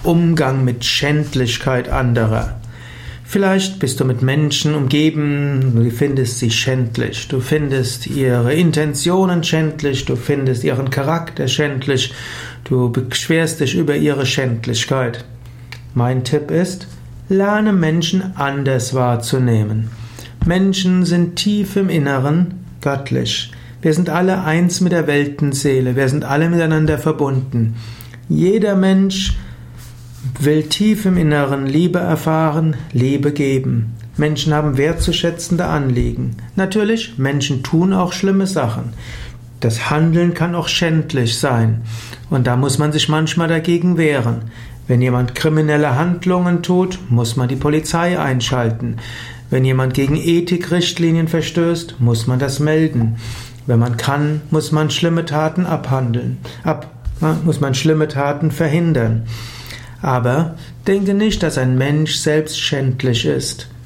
Umgang mit Schändlichkeit anderer. Vielleicht bist du mit Menschen umgeben, du findest sie schändlich, du findest ihre Intentionen schändlich, du findest ihren Charakter schändlich, du beschwerst dich über ihre Schändlichkeit. Mein Tipp ist, lerne Menschen anders wahrzunehmen. Menschen sind tief im Inneren göttlich. Wir sind alle eins mit der Weltenseele, wir sind alle miteinander verbunden. Jeder Mensch will tief im Inneren Liebe erfahren, Liebe geben. Menschen haben wertzuschätzende Anliegen. Natürlich, Menschen tun auch schlimme Sachen. Das Handeln kann auch schändlich sein. Und da muss man sich manchmal dagegen wehren. Wenn jemand kriminelle Handlungen tut, muss man die Polizei einschalten. Wenn jemand gegen Ethikrichtlinien verstößt, muss man das melden. Wenn man kann, muss man schlimme Taten muss man schlimme Taten verhindern. Aber denke nicht, dass ein Mensch selbst schändlich ist.